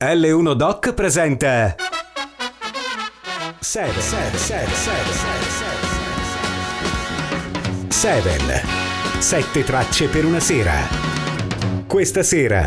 L1 Doc presenta Seven. Sette tracce per una sera. Questa sera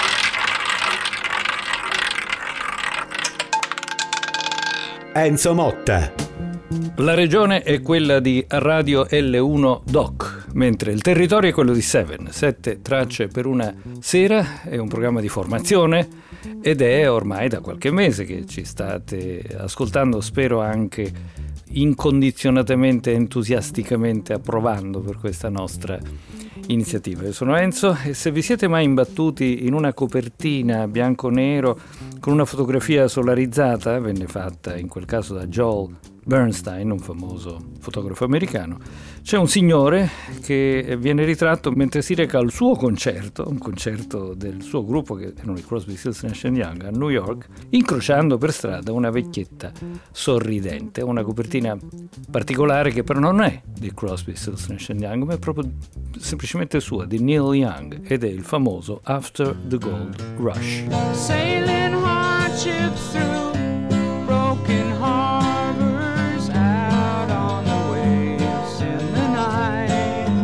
Enzo Motta. La regione è quella di Radio L1 Doc, mentre il territorio è quello di Seven. 7 tracce per una sera è un programma di formazione ed è ormai da qualche mese che ci state ascoltando, spero anche incondizionatamente, entusiasticamente approvando per questa nostra iniziativa. Io sono Enzo e se vi siete mai imbattuti in una copertina bianco-nero con una fotografia solarizzata, venne fatta in quel caso da Joel Bernstein, un famoso fotografo americano, c'è un signore che viene ritratto mentre si reca al suo concerto, un concerto del suo gruppo che erano i Crosby, Stills Nash & Young a New York, incrociando per strada una vecchietta sorridente, una copertina particolare che però non è di Crosby, Stills Nash & Young, ma è proprio semplicemente sua, di Neil Young, ed è il famoso After the Gold Rush. Sailing hardships through broken harbors, out on the waves in the night.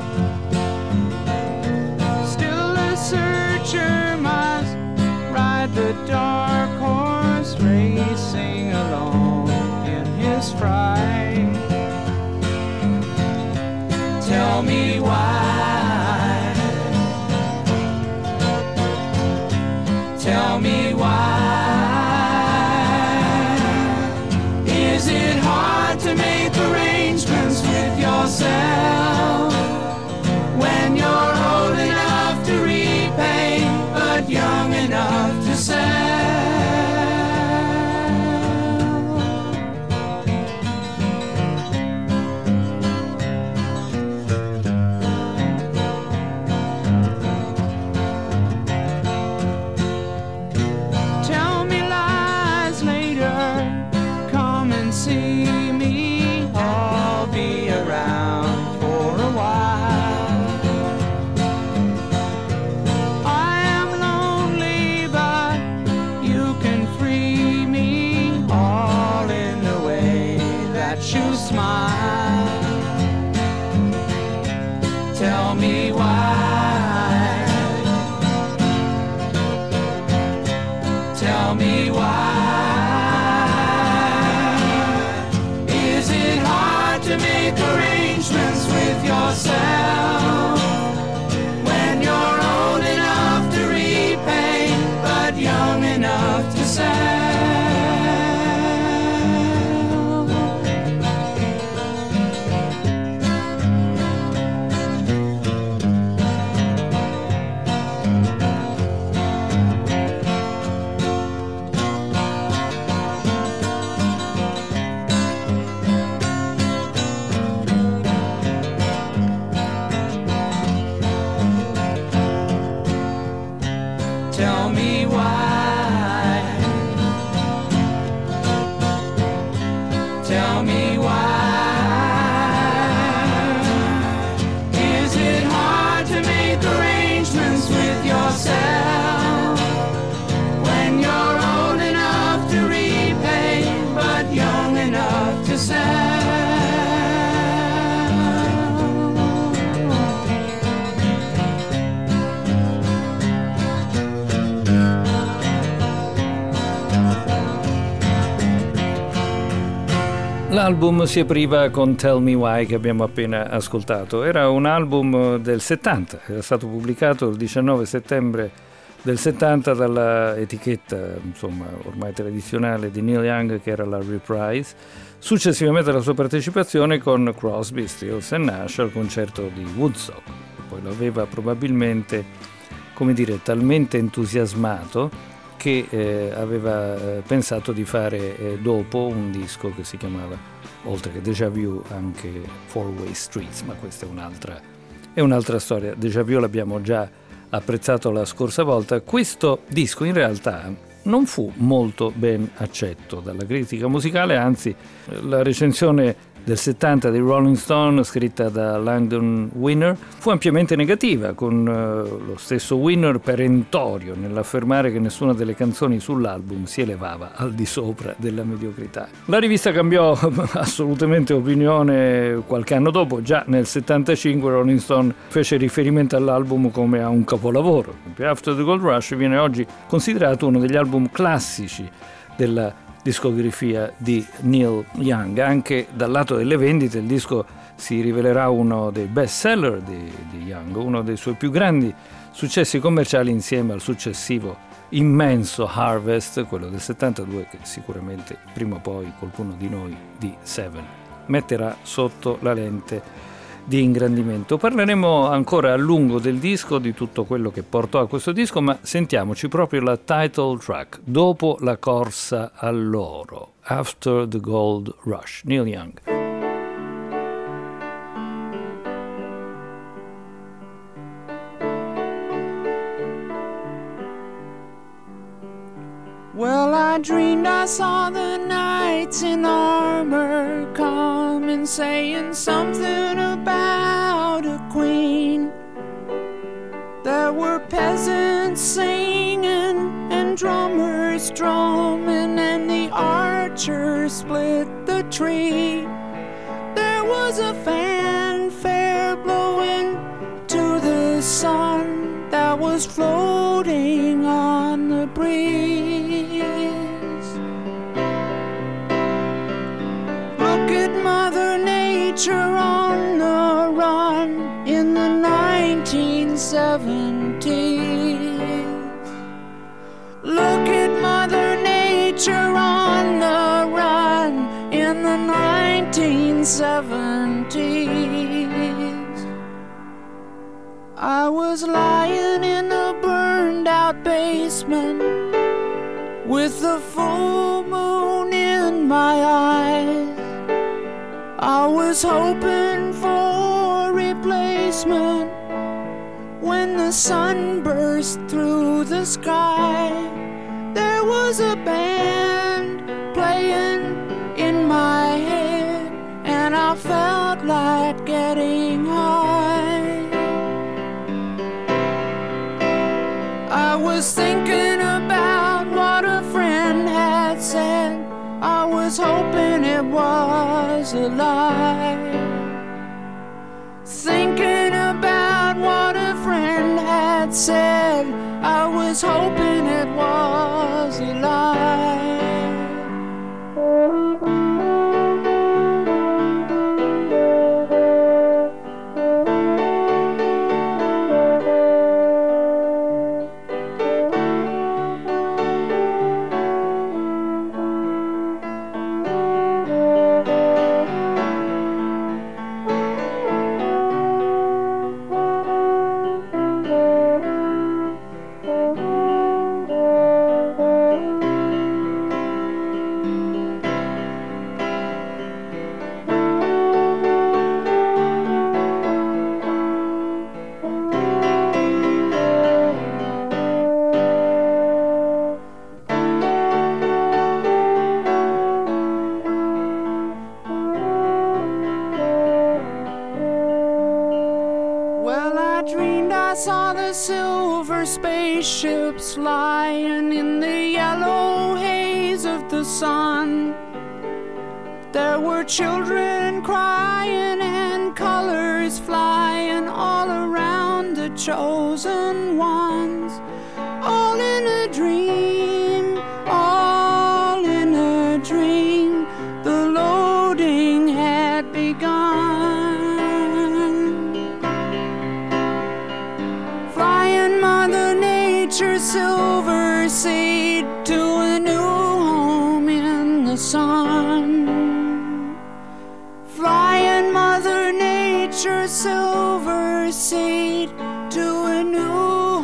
Still a searcher must ride the dark horse, racing alone in his fright. Tell me why. Tell me why. Is it hard to make arrangements with yourself when you're old enough to repay but young enough to sell? Tell me lies later, come and see me, I'll be around for a while. I am lonely but you can free me, all in the way that you smile. Tell me why. Tell me why. Is it hard to make arrangements with yourself when you're old enough to repay but young enough to sell? Tell me why. Tell me why. Is it hard to make arrangements with yourself when you're old enough to repay but young enough to sell? L'album si apriva con Tell Me Why, che abbiamo appena ascoltato. Era un album del 70, era stato pubblicato il 19 settembre del 70 dalla etichetta, insomma, ormai tradizionale di Neil Young, che era la Reprise. Successivamente alla sua partecipazione con Crosby, Stills & Nash al concerto di Woodstock. Poi lo aveva probabilmente, come dire, talmente entusiasmato che aveva pensato di fare dopo un disco che si chiamava, oltre che Déjà Vu, anche Four Way Streets, ma questa è un'altra storia. Déjà Vu l'abbiamo già apprezzato la scorsa volta. Questo disco in realtà non fu molto ben accetto dalla critica musicale, anzi la recensione del 70 dei Rolling Stone, scritta da Langdon Winner, fu ampiamente negativa, con lo stesso Winner perentorio nell'affermare che nessuna delle canzoni sull'album si elevava al di sopra della mediocrità. La rivista cambiò assolutamente opinione qualche anno dopo. Già nel 75 Rolling Stone fece riferimento all'album come a un capolavoro. After the Gold Rush viene oggi considerato uno degli album classici della discografia di Neil Young. Anche dal lato delle vendite il disco si rivelerà uno dei best seller di Young, uno dei suoi più grandi successi commerciali insieme al successivo immenso Harvest, quello del 72, che sicuramente prima o poi qualcuno di noi di Seven metterà sotto la lente di ingrandimento. Parleremo ancora a lungo del disco, di tutto quello che portò a questo disco, ma sentiamoci proprio la title track, Dopo la corsa all'oro, After the Gold Rush, Neil Young. Well, I dreamed I saw the knights in armor coming, saying something about a queen. There were peasants singing and drummers drumming, and the archers split the tree. There was a fanfare blowing to the sun that was floating on the breeze. Look at Mother Nature on the run in the 1970s. Look at Mother Nature on the run in the 1970s. I was lying in a burned out basement with the full moon in my eyes. I was hoping for replacement when the sun burst through the sky. There was a band playing in my head, and I felt like getting high. I was thinking about what a friend had said. I was hoping it was a lie. Thinking about what a friend had said. I was hoping it was a lie. Spaceships lying in the yellow haze of the sun. There were children crying and colors flying all around the chosen ones. All in a dream, all in a dream. The loading had begun. Flying Mother Nature's silver seed to a new home in the sun. Flying Mother Nature's silver seed to a new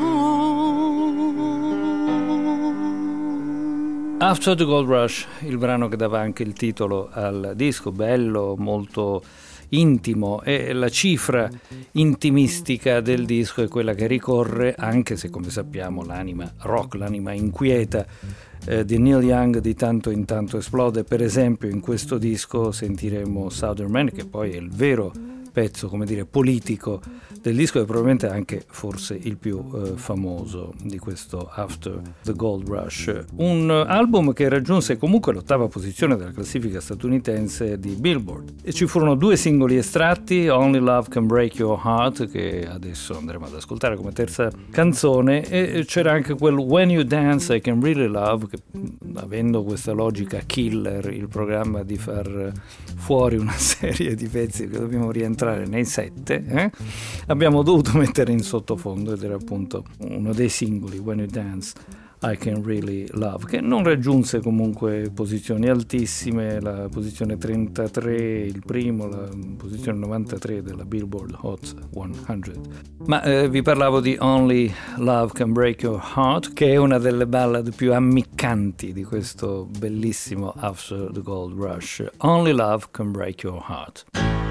home. After the Gold Rush, il brano che dava anche il titolo al disco, bello, molto intimo, e la cifra intimistica del disco è quella che ricorre, anche se come sappiamo l'anima rock, l'anima inquieta di Neil Young di tanto in tanto esplode. Per esempio in questo disco sentiremo Southern Man, che poi è il vero pezzo, come dire, politico del disco e probabilmente anche forse il più famoso di questo After the Gold Rush, un album che raggiunse comunque l'8ª posizione della classifica statunitense di Billboard, e ci furono 2 singoli estratti, Only Love Can Break Your Heart, che adesso andremo ad ascoltare come terza canzone, e c'era anche quel When You Dance I Can Really Love, che avendo questa logica killer, il programma di far fuori una serie di pezzi che dobbiamo rientrare nei 7, abbiamo dovuto mettere in sottofondo, ed era appunto uno dei singoli, When You Dance I Can Really Love, che non raggiunse comunque posizioni altissime, la posizione 33 il primo, la posizione 93 della Billboard Hot 100. Ma vi parlavo di Only Love Can Break Your Heart, che è una delle ballad più ammiccanti di questo bellissimo After the Gold Rush. Only Love Can Break Your Heart.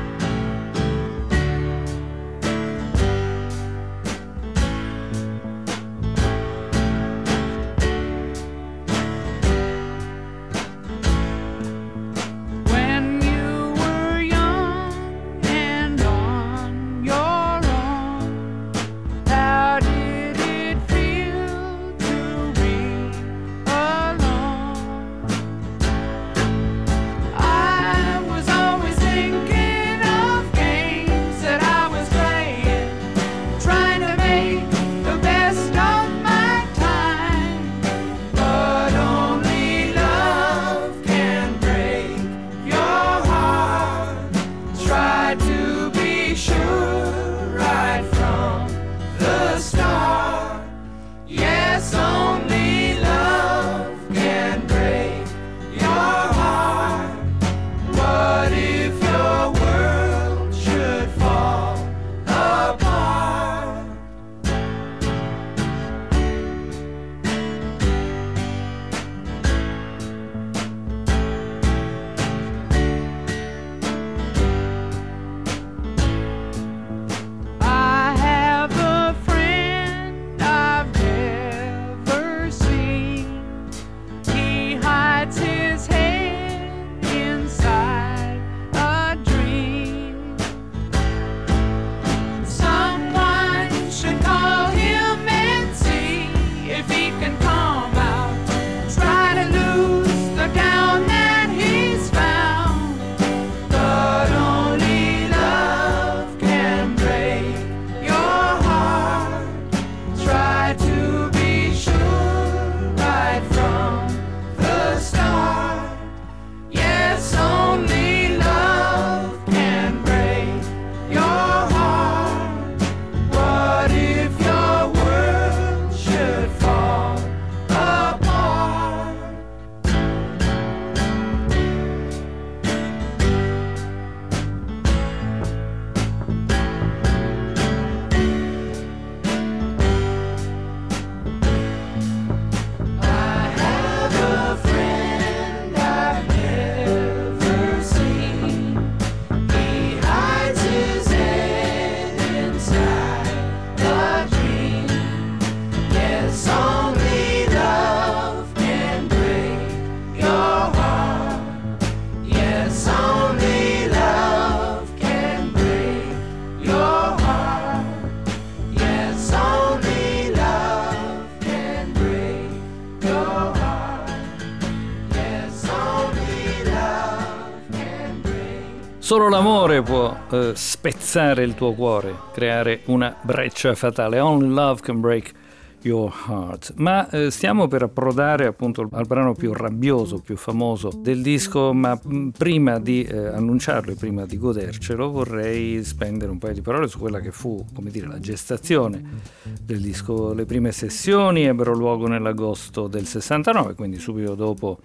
Solo l'amore può spezzare il tuo cuore, creare una breccia fatale. Only love can break your heart. Ma stiamo per approdare appunto al brano più rabbioso, più famoso del disco, ma prima di annunciarlo e prima di godercelo vorrei spendere un paio di parole su quella che fu, come dire, la gestazione del disco. Le prime sessioni ebbero luogo nell'agosto del 69, quindi subito dopo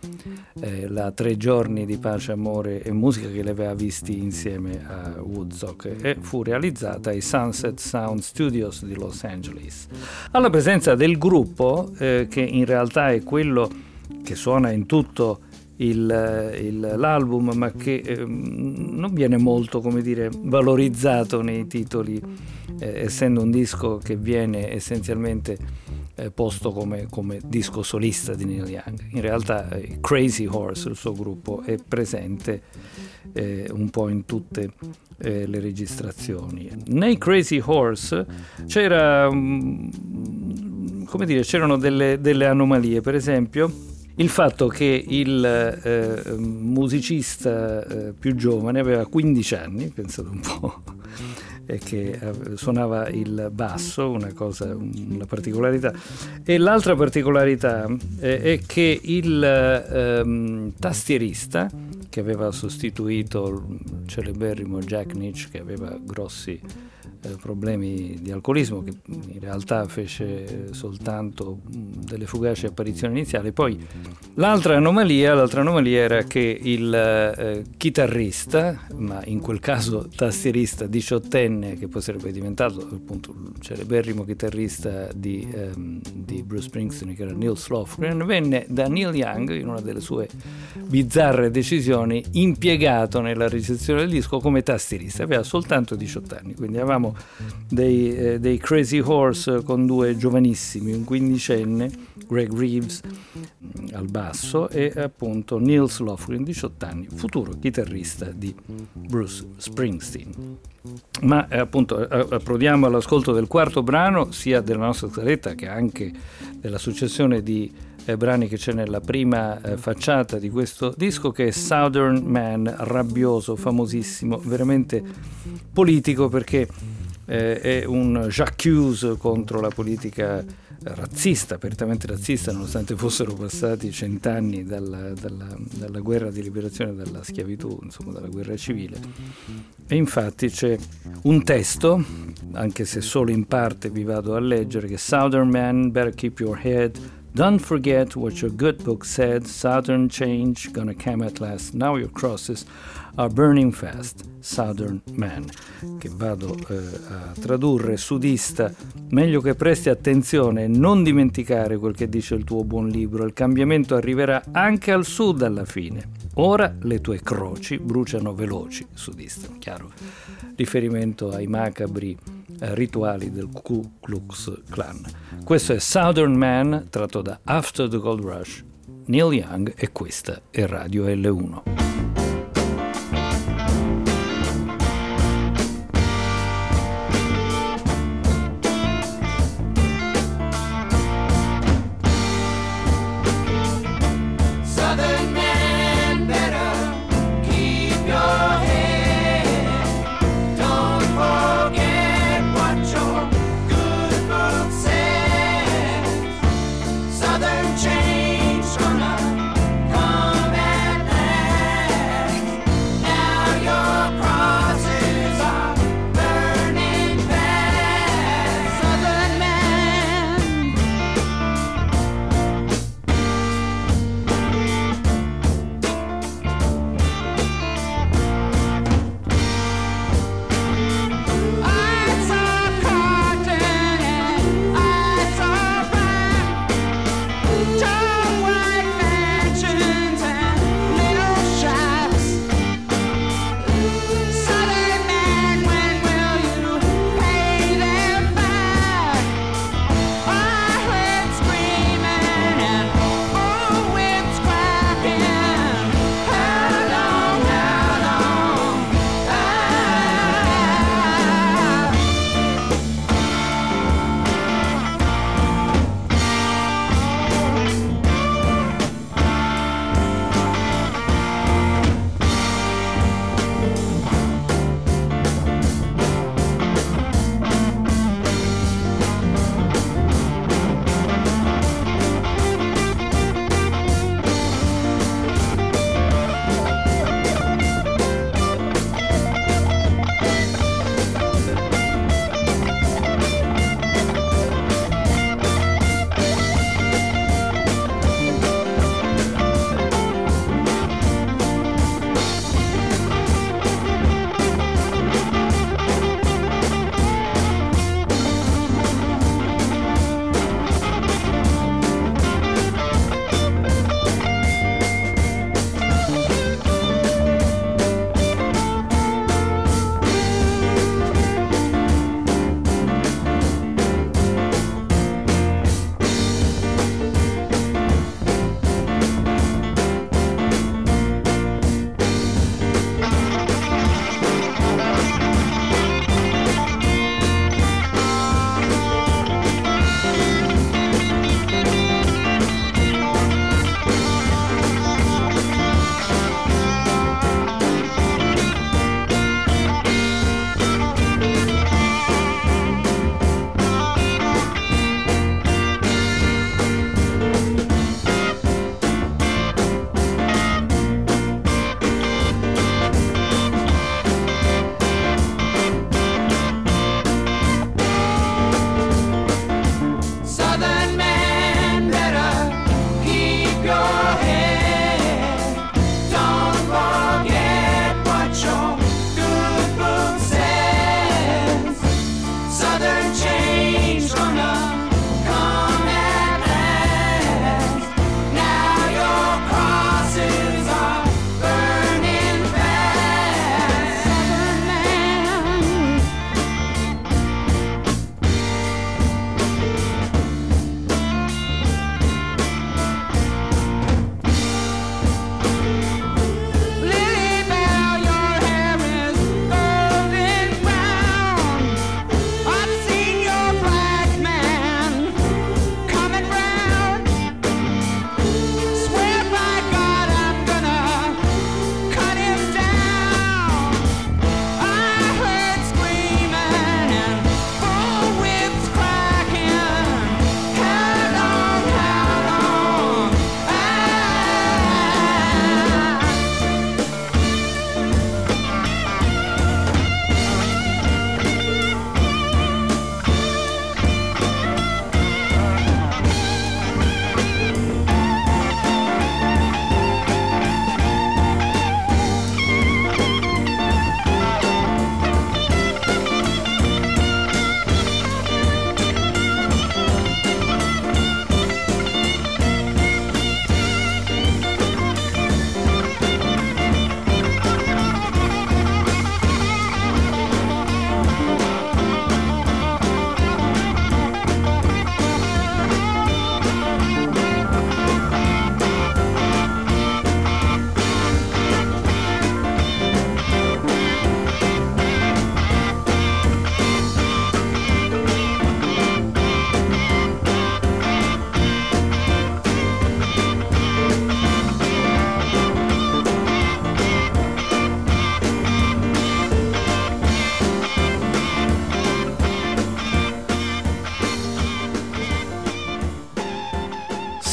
la 3 giorni di pace, amore e musica che li aveva visti insieme a Woodstock, e fu realizzata ai Sunset Sound Studios di Los Angeles. Alla presenza del gruppo, che in realtà è quello che suona in tutto l'album, ma che non viene molto, come dire, valorizzato nei titoli, essendo un disco che viene essenzialmente posto come disco solista di Neil Young. In realtà Crazy Horse, il suo gruppo, è presente un po' in tutte le registrazioni. Nei Crazy Horse c'erano delle anomalie, per esempio il fatto che il musicista più giovane aveva 15 anni, pensate un po', e che suonava il basso, una particolarità. E l'altra particolarità è che il tastierista che aveva sostituito il celeberrimo Jack Nitzsche, che aveva grossi problemi di alcolismo, che in realtà fece soltanto delle fugaci apparizioni iniziali. Poi l'altra anomalia era che il chitarrista, ma in quel caso tastierista diciottenne, che poi sarebbe diventato appunto il celeberrimo chitarrista di Bruce Springsteen, che era Nils Lofgren, venne da Neil Young, in una delle sue bizzarre decisioni, impiegato nella registrazione del disco come tastierista. Aveva soltanto 18 anni, quindi avevamo dei Crazy Horse con due giovanissimi, un quindicenne, Greg Reeves al basso, e appunto Nils Lofgren, 18 anni, futuro chitarrista di Bruce Springsteen. Ma appunto approdiamo all'ascolto del quarto brano, sia della nostra scaletta che anche della successione di brani che c'è nella prima facciata di questo disco, che è Southern Man, rabbioso, famosissimo, veramente politico, perché è un j'accuse contro la politica razzista, apertamente razzista, nonostante fossero passati 100 anni dalla guerra di liberazione dalla schiavitù, insomma dalla guerra civile. E infatti c'è un testo, anche se solo in parte vi vado a leggere, che Southern Man, better keep your head, don't forget what your good book said, Southern change gonna come at last, now your crosses are burning fast, Southern Man, che vado a tradurre: sudista, meglio che presti attenzione e non dimenticare quel che dice il tuo buon libro, il cambiamento arriverà anche al sud alla fine, ora le tue croci bruciano veloci, sudista, chiaro riferimento ai macabri rituali del Ku Klux Klan. Questo è Southern Man, tratto da After the Gold Rush, Neil Young, e questa è Radio L1. Southern change gonna come at last.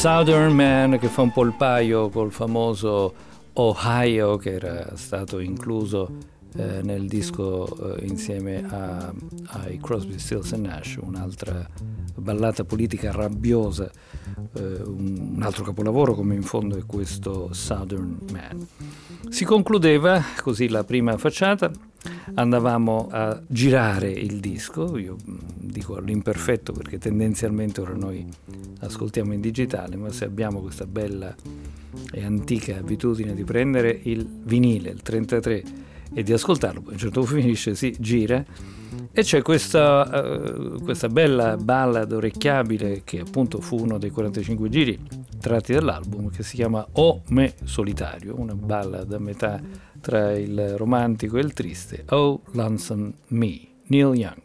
Southern Man, che fa un po' il paio col famoso Ohio, che era stato incluso nel disco insieme ai Crosby, Stills and Nash, un'altra ballata politica rabbiosa, un altro capolavoro, come in fondo è questo Southern Man. Si concludeva così la prima facciata, andavamo a girare il disco, io dico all'imperfetto perché tendenzialmente ora noi ascoltiamo in digitale, ma se abbiamo questa bella e antica abitudine di prendere il vinile, il 33, e di ascoltarlo, poi a un certo punto finisce, si gira e c'è questa bella ballad orecchiabile che appunto fu uno dei 45 giri tratti dall'album, che si chiama O Me Solitario, una ballad a metà tra il romantico e il triste. Oh Lonesome Me, Neil Young.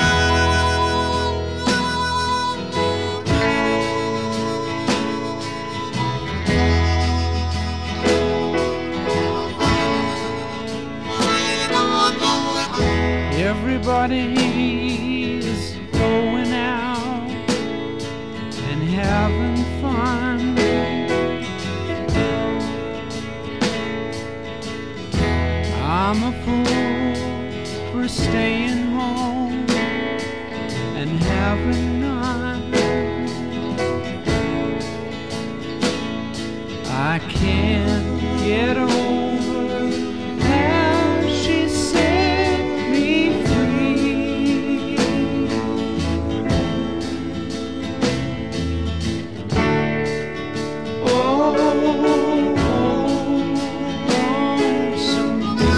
Everybody's going out and having fun. I'm a fool for staying home and having none. I can't get over how she set me free. Oh, lonesome me.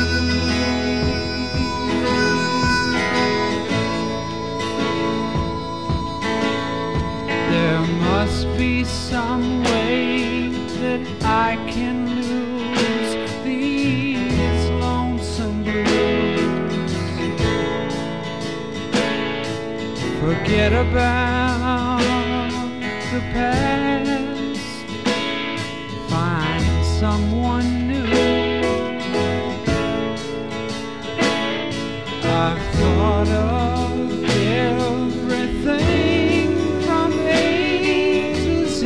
There must be some way that I can lose these lonesome blues. Forget about the past, find someone new. I've thought of everything from A to Z.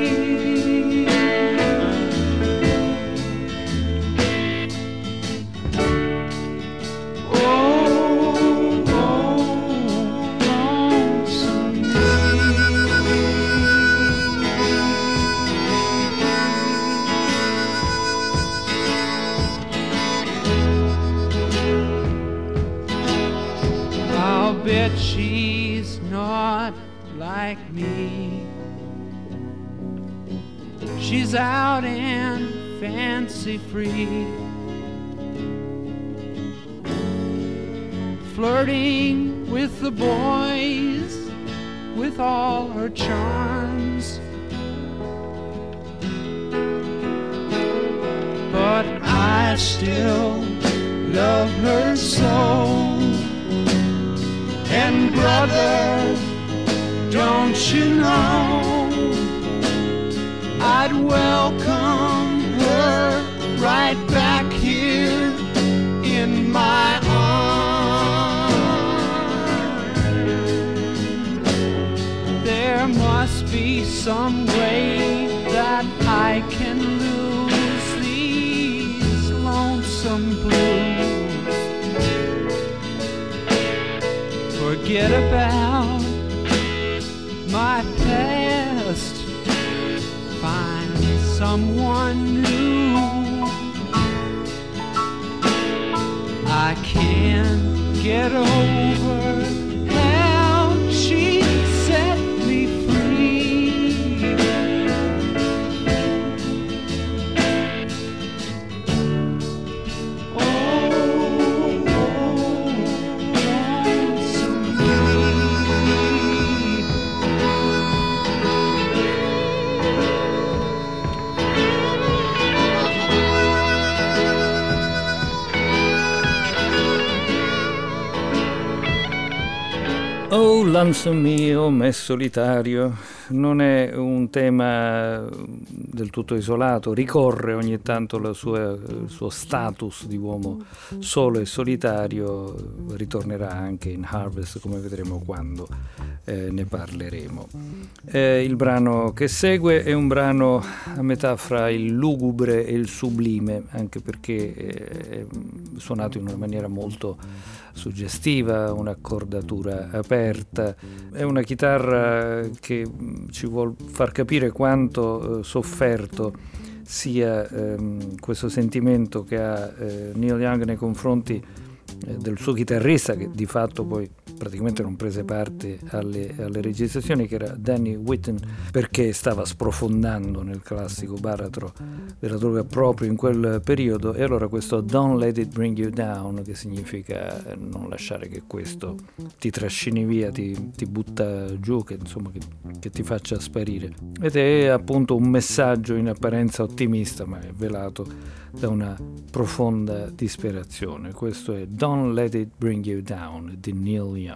I'll bet she's not like me. She's out and fancy free, flirting with the boys with all her charms. But I still love her so. And brother, don't you know, I'd welcome her right back here in my arms. There must be some way that I can lose these lonesome blues. Forget about my past, find someone new. I can't get over how she set me free. Oh Lonesome Me, oh me solitario, non è un tema del tutto isolato, ricorre ogni tanto il suo status di uomo solo e solitario, ritornerà anche in Harvest, come vedremo quando ne parleremo. Il brano che segue è un brano a metà fra il lugubre e il sublime, anche perché è suonato in una maniera molto suggestiva, un'accordatura aperta, è una chitarra che ci vuol far capire quanto sofferto sia questo sentimento che ha Neil Young nei confronti del suo chitarrista, che di fatto poi praticamente non prese parte alle registrazioni, che era Danny Whitten, perché stava sprofondando nel classico baratro della droga proprio in quel periodo. E allora questo Don't Let It Bring You Down, che significa non lasciare che questo ti trascini via, ti butta giù, che insomma che ti faccia sparire, ed è appunto un messaggio in apparenza ottimista, ma è velato da una profonda disperazione. Questo è Don't Let It Bring You Down di Neil Young.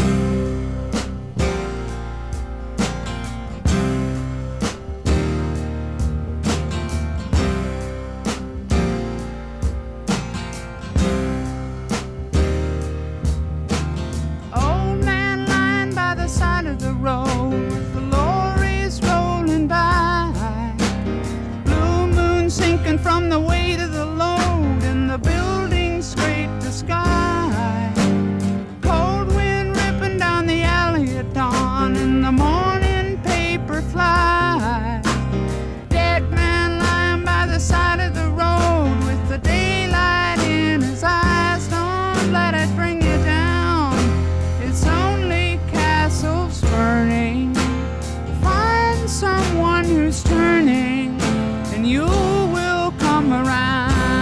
Old man lying by the side of the road with the lorries rolling by, blue moon sinking from the weight of the load, and the buildings scrape the sky, cold wind ripping down the alley at dawn, and the morning paper fly, dead man lying by the side of the road with the daylight in his eyes. Don't let it bring you down, it's only castles burning. Find someone who's turning, and you will come around.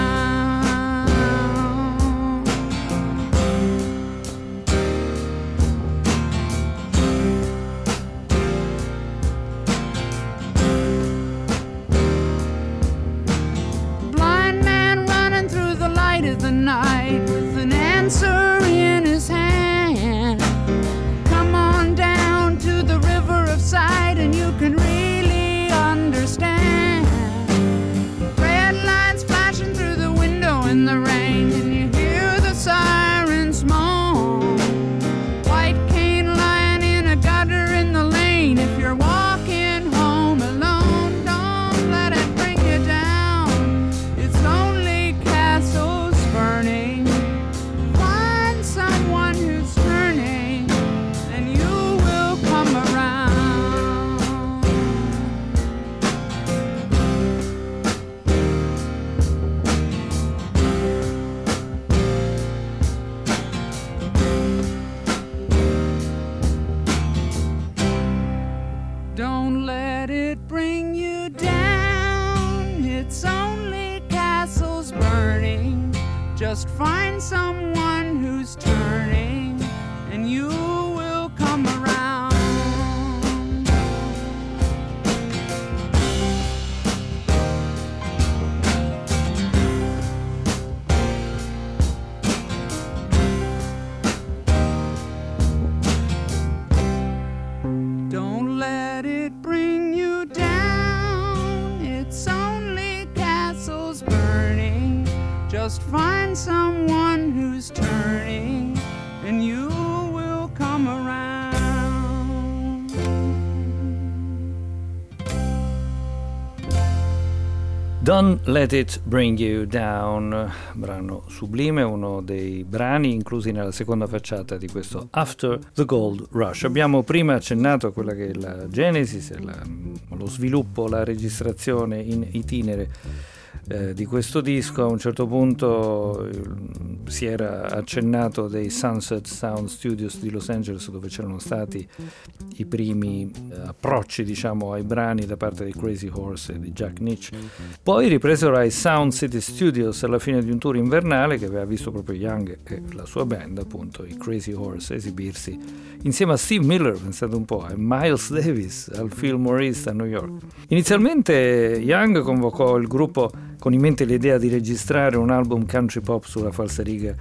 Blind man running through the light of the night with an answer in his hand. Come on down to the river of sight and you can really understand. Red lights flashing through the window in the rain, and you hear the sirens moan. White cane lying in a gutter in the lane. If you're walking home alone, don't let it bring you down, it's only castles burning. Find someone who's turning, and you will come around. Don't let it bring you down, it's only castles burning. Just find someone who's turning, and you will come around. Don't let it bring you down, it's only castles burning. Just find someone who's turning, and you will come around. Don't Let It Bring You Down, brano sublime, uno dei brani inclusi nella seconda facciata di questo After the Gold Rush. Abbiamo prima accennato a quella che è la genesi, lo sviluppo, la registrazione in itinere di questo disco. A un certo punto si era accennato dei Sunset Sound Studios di Los Angeles, dove c'erano stati i primi approcci, diciamo, ai brani da parte di Crazy Horse e di Jack Nitzsche. Poi ripresero ai Sound City Studios alla fine di un tour invernale che aveva visto proprio Young e la sua band, appunto i Crazy Horse, esibirsi insieme a Steve Miller, pensate un po', e Miles Davis al Fillmore East a New York. Inizialmente Young convocò il gruppo con in mente l'idea di registrare un album country pop sulla falsariga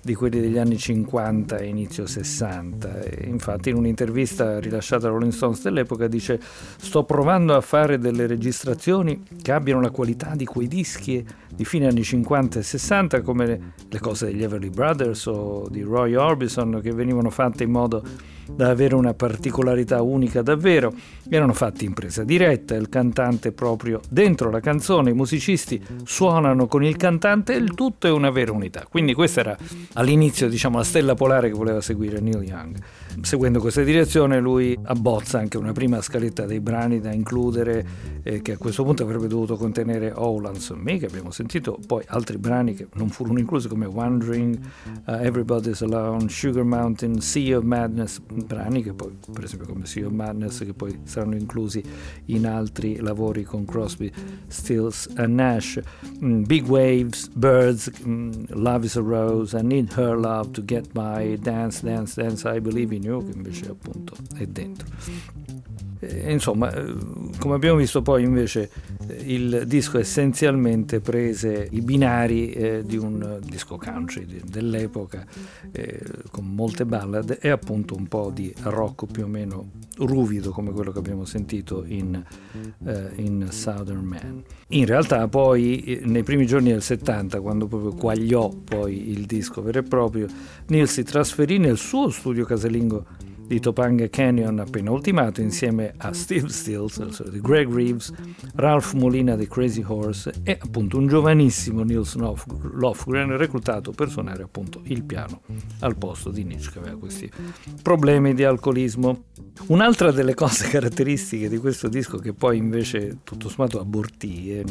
di quelli degli anni 50 e inizio 60. E infatti in un'intervista rilasciata a Rolling Stones dell'epoca dice: sto provando a fare delle registrazioni che abbiano la qualità di quei dischi di fine anni 50 e 60, come le cose degli Everly Brothers o di Roy Orbison, che venivano fatte in modo da avere una particolarità unica davvero. Erano fatti in presa diretta, il cantante proprio dentro la canzone, i musicisti suonano con il cantante e il tutto è una vera unità. Quindi questa era all'inizio, diciamo, la stella polare che voleva seguire Neil Young. Seguendo questa direzione lui abbozza anche una prima scaletta dei brani da includere, che a questo punto avrebbe dovuto contenere All Lonesome Me, che abbiamo sentito, poi altri brani che non furono inclusi come Wandering, Everybody's Alone, Sugar Mountain, Sea of Madness, brani che poi, per esempio come Sea of Madness, che poi saranno inclusi in altri lavori con Crosby, Stills and Nash, Big Waves, Birds, Love is a Rose, I Need Her Love to Get By, Dance, Dance, Dance, I Believe in You, che invece appunto è dentro. Insomma, come abbiamo visto poi invece il disco essenzialmente prese i binari di un disco country dell'epoca, con molte ballad e appunto un po' di rock più o meno ruvido come quello che abbiamo sentito in Southern Man. In realtà poi nei primi giorni del 70, quando proprio quagliò poi il disco vero e proprio, Neil si trasferì nel suo studio casalingo di Topanga Canyon appena ultimato, insieme a Steve Stills di Greg Reeves, Ralph Molina di Crazy Horse e appunto un giovanissimo Nils Lofgren, reclutato per suonare appunto il piano al posto di Nietzsche, che aveva questi problemi di alcolismo. Un'altra delle cose caratteristiche di questo disco, che poi invece tutto sommato abortì e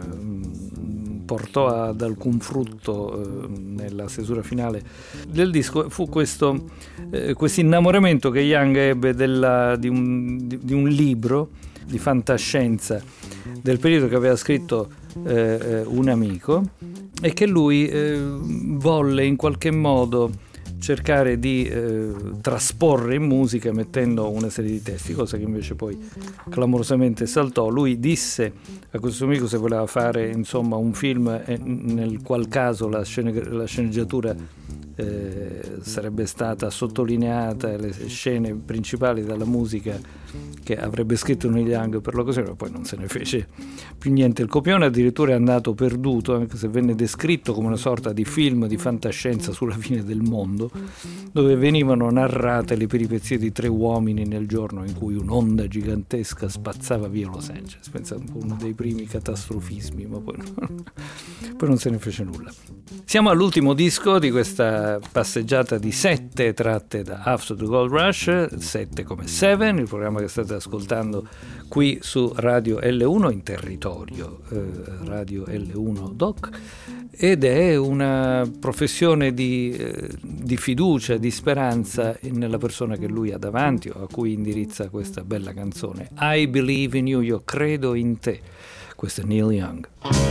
non portò ad alcun frutto nella stesura finale del disco, fu questo innamoramento che Young ebbe di un libro di fantascienza del periodo che aveva scritto un amico e che lui volle in qualche modo cercare di trasporre in musica mettendo una serie di testi, cosa che invece poi clamorosamente saltò. Lui disse a questo amico se voleva fare insomma un film nel qual caso la sceneggiatura sarebbe stata sottolineata, le scene principali dalla musica che avrebbe scritto Neil Young per l'occasione, ma poi non se ne fece più niente. Il copione addirittura è andato perduto, anche se venne descritto come una sorta di film di fantascienza sulla fine del mondo, dove venivano narrate le peripezie di 3 uomini nel giorno in cui un'onda gigantesca spazzava via Los Angeles. Pensate, un po' uno dei primi catastrofismi, ma poi non se ne fece nulla. Siamo all'ultimo disco di questa passeggiata di 7 tratte da After the Gold Rush, 7 come 7, il programma che state ascoltando qui su Radio L1 in territorio Radio L1 Doc, ed è una professione di fiducia, di speranza nella persona che lui ha davanti o a cui indirizza questa bella canzone. I Believe in You, io credo in te. Questo è Neil Young.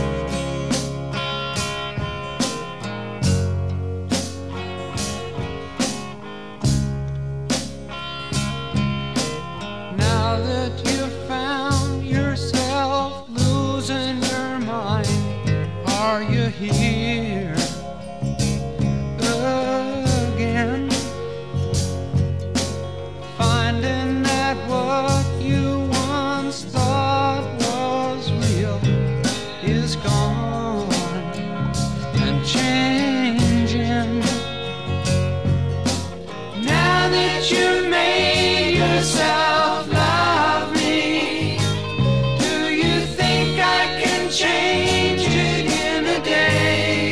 Here again, finding that what you once thought was real is gone and changing. Now that you made yourself love me, do you think I can change it in a day?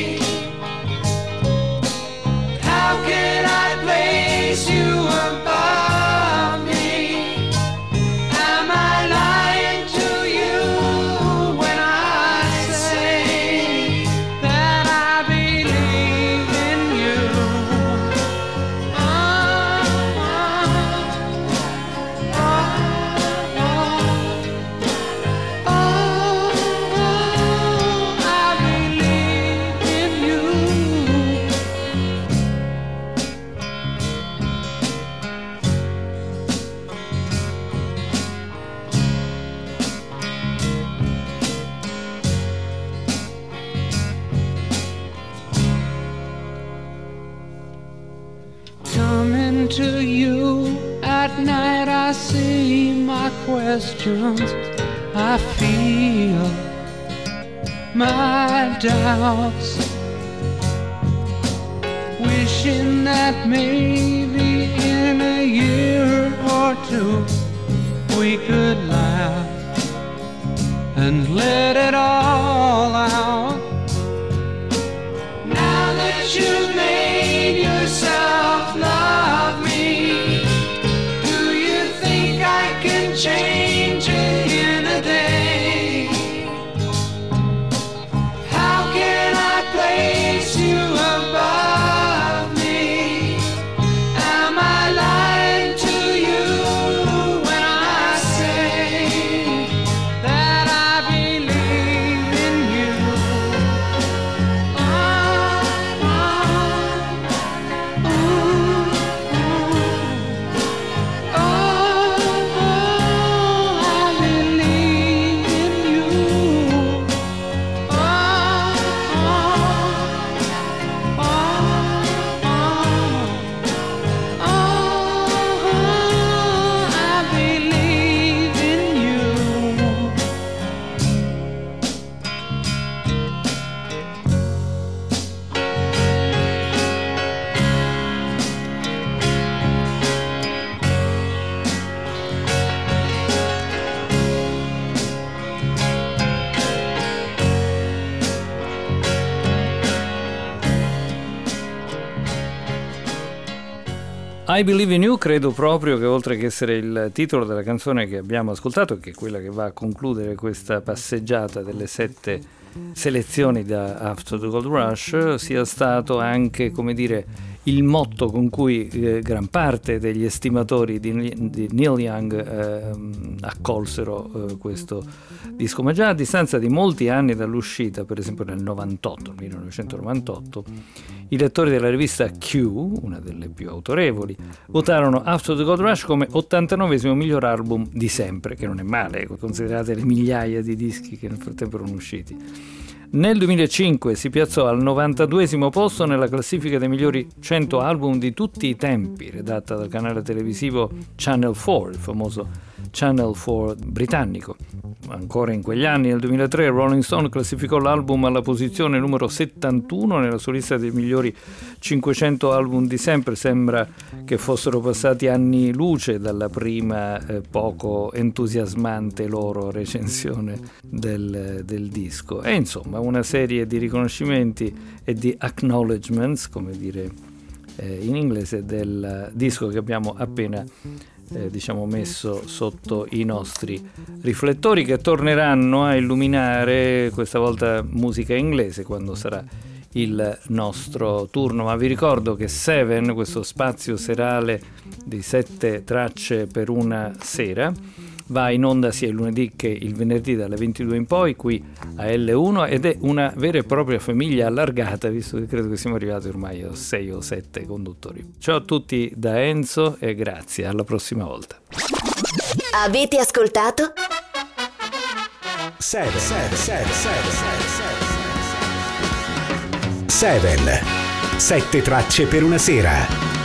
to you. At night I see my questions, I feel my doubts, wishing that maybe in a year or two we could laugh and let it all out. Now that you've made yourself love me, do you think I can change it in a day? How can I place you above me? Am I lying to you when I say that I believe in you? Oh, oh, oh, oh, I believe in you. Oh, oh, I believe in you. I Believe in You, credo proprio che oltre che essere il titolo della canzone che abbiamo ascoltato, che è quella che va a concludere questa passeggiata delle 7 selezioni da After the Gold Rush, sia stato anche, come dire, il motto con cui gran parte degli estimatori di Neil Young accolsero questo disco, ma già a distanza di molti anni dall'uscita, per esempio nel 1998, i lettori della rivista Q, una delle più autorevoli, votarono After the Gold Rush come 89esimo miglior album di sempre, che non è male, considerate le migliaia di dischi che nel frattempo erano usciti. Nel 2005 si piazzò al 92esimo posto nella classifica dei migliori 100 album di tutti i tempi, redatta dal canale televisivo Channel 4, il famoso Channel 4 britannico. Ancora in quegli anni, nel 2003, Rolling Stone classificò l'album alla posizione numero 71 nella sua lista dei migliori 500 album di sempre. Sembra che fossero passati anni luce dalla prima poco entusiasmante loro recensione del disco. E insomma, una serie di riconoscimenti e di acknowledgements, come dire in inglese, del disco che abbiamo appena messo sotto i nostri riflettori, che torneranno a illuminare questa volta musica inglese quando sarà il nostro turno. Ma vi ricordo che Seven, questo spazio serale di 7 tracce per una sera, va in onda sia il lunedì che il venerdì dalle 22 in poi qui a L1, ed è una vera e propria famiglia allargata, visto che credo che siamo arrivati ormai a 6 o 7 conduttori. Ciao a tutti da Enzo e grazie, alla prossima volta. Avete ascoltato? 7 7 tracce per una sera.